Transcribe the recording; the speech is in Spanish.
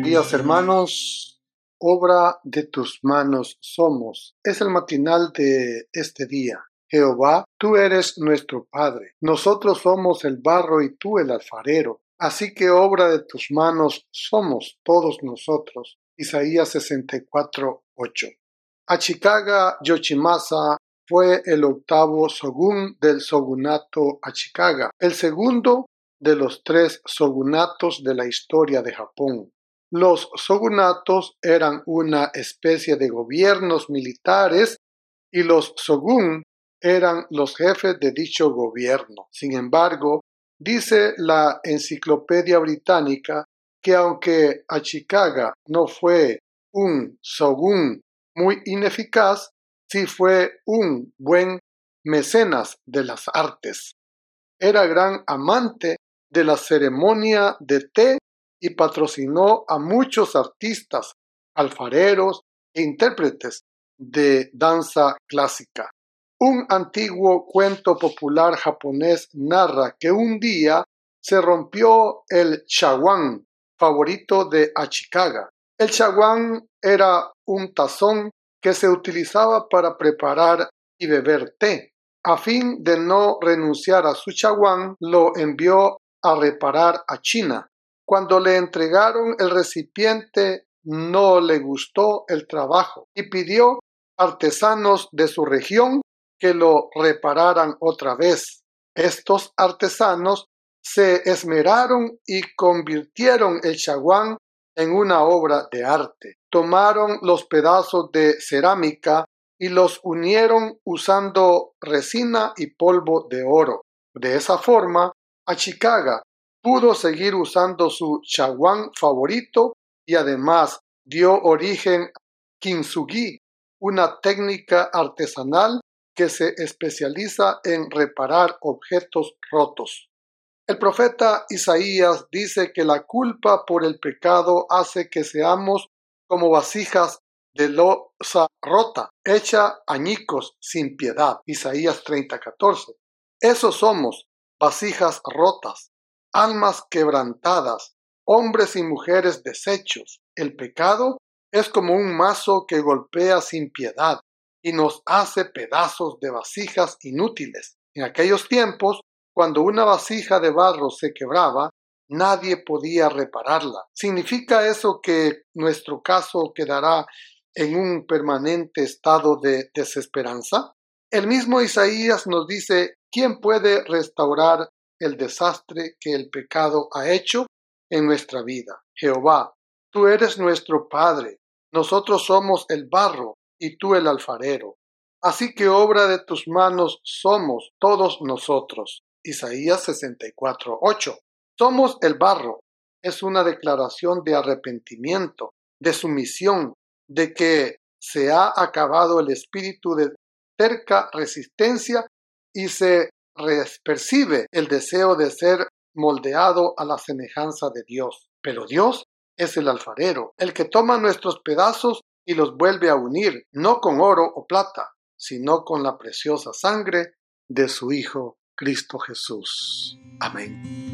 días, hermanos. Obra de tus manos somos. Es el matinal de este día. Jehová, tú eres nuestro Padre. Nosotros somos el barro y tú el alfarero. Así que obra de tus manos somos todos nosotros. Isaías 64:8. Achikaga Yoshimasa fue el octavo shogun del shogunato Ashikaga, el segundo de los 3 shogunatos de la historia de Japón. Los shogunatos eran una especie de gobiernos militares y los shogun eran los jefes de dicho gobierno. Sin embargo, dice la Enciclopedia Británica que aunque Ashikaga no fue un shogun muy ineficaz, sí fue un buen mecenas de las artes. Era gran amante de la ceremonia de té y patrocinó a muchos artistas, alfareros e intérpretes de danza clásica. Un antiguo cuento popular japonés narra que un día se rompió el chawan, favorito de Ashikaga. El chawan era un tazón que se utilizaba para preparar y beber té. A fin de no renunciar a su chawan, lo envió a reparar a China. Cuando le entregaron el recipiente, no le gustó el trabajo y pidió artesanos de su región que lo repararan otra vez. Estos artesanos se esmeraron y convirtieron el chawan en una obra de arte. Tomaron los pedazos de cerámica y los unieron usando resina y polvo de oro. De esa forma, Ashikaga pudo seguir usando su chawan favorito y además dio origen a kintsugi, una técnica artesanal que se especializa en reparar objetos rotos. El profeta Isaías dice que la culpa por el pecado hace que seamos como vasijas de loza rota, hecha añicos sin piedad. Isaías 30:14. Esos somos, vasijas rotas, almas quebrantadas, hombres y mujeres deshechos. El pecado es como un mazo que golpea sin piedad y nos hace pedazos de vasijas inútiles. En aquellos tiempos, cuando una vasija de barro se quebraba, nadie podía repararla. ¿Significa eso que nuestro caso quedará en un permanente estado de desesperanza? El mismo Isaías nos dice: ¿quién puede restaurar el desastre que el pecado ha hecho en nuestra vida? Jehová, tú eres nuestro Padre, nosotros somos el barro y tú el alfarero. Así que obra de tus manos somos todos nosotros. Isaías 64:8. Somos el barro. Es una declaración de arrepentimiento, de sumisión, de que se ha acabado el espíritu de terca resistencia y se percibe el deseo de ser moldeado a la semejanza de Dios. Pero Dios es el alfarero, el que toma nuestros pedazos y los vuelve a unir, no con oro o plata, sino con la preciosa sangre de su Hijo Cristo Jesús. Amén.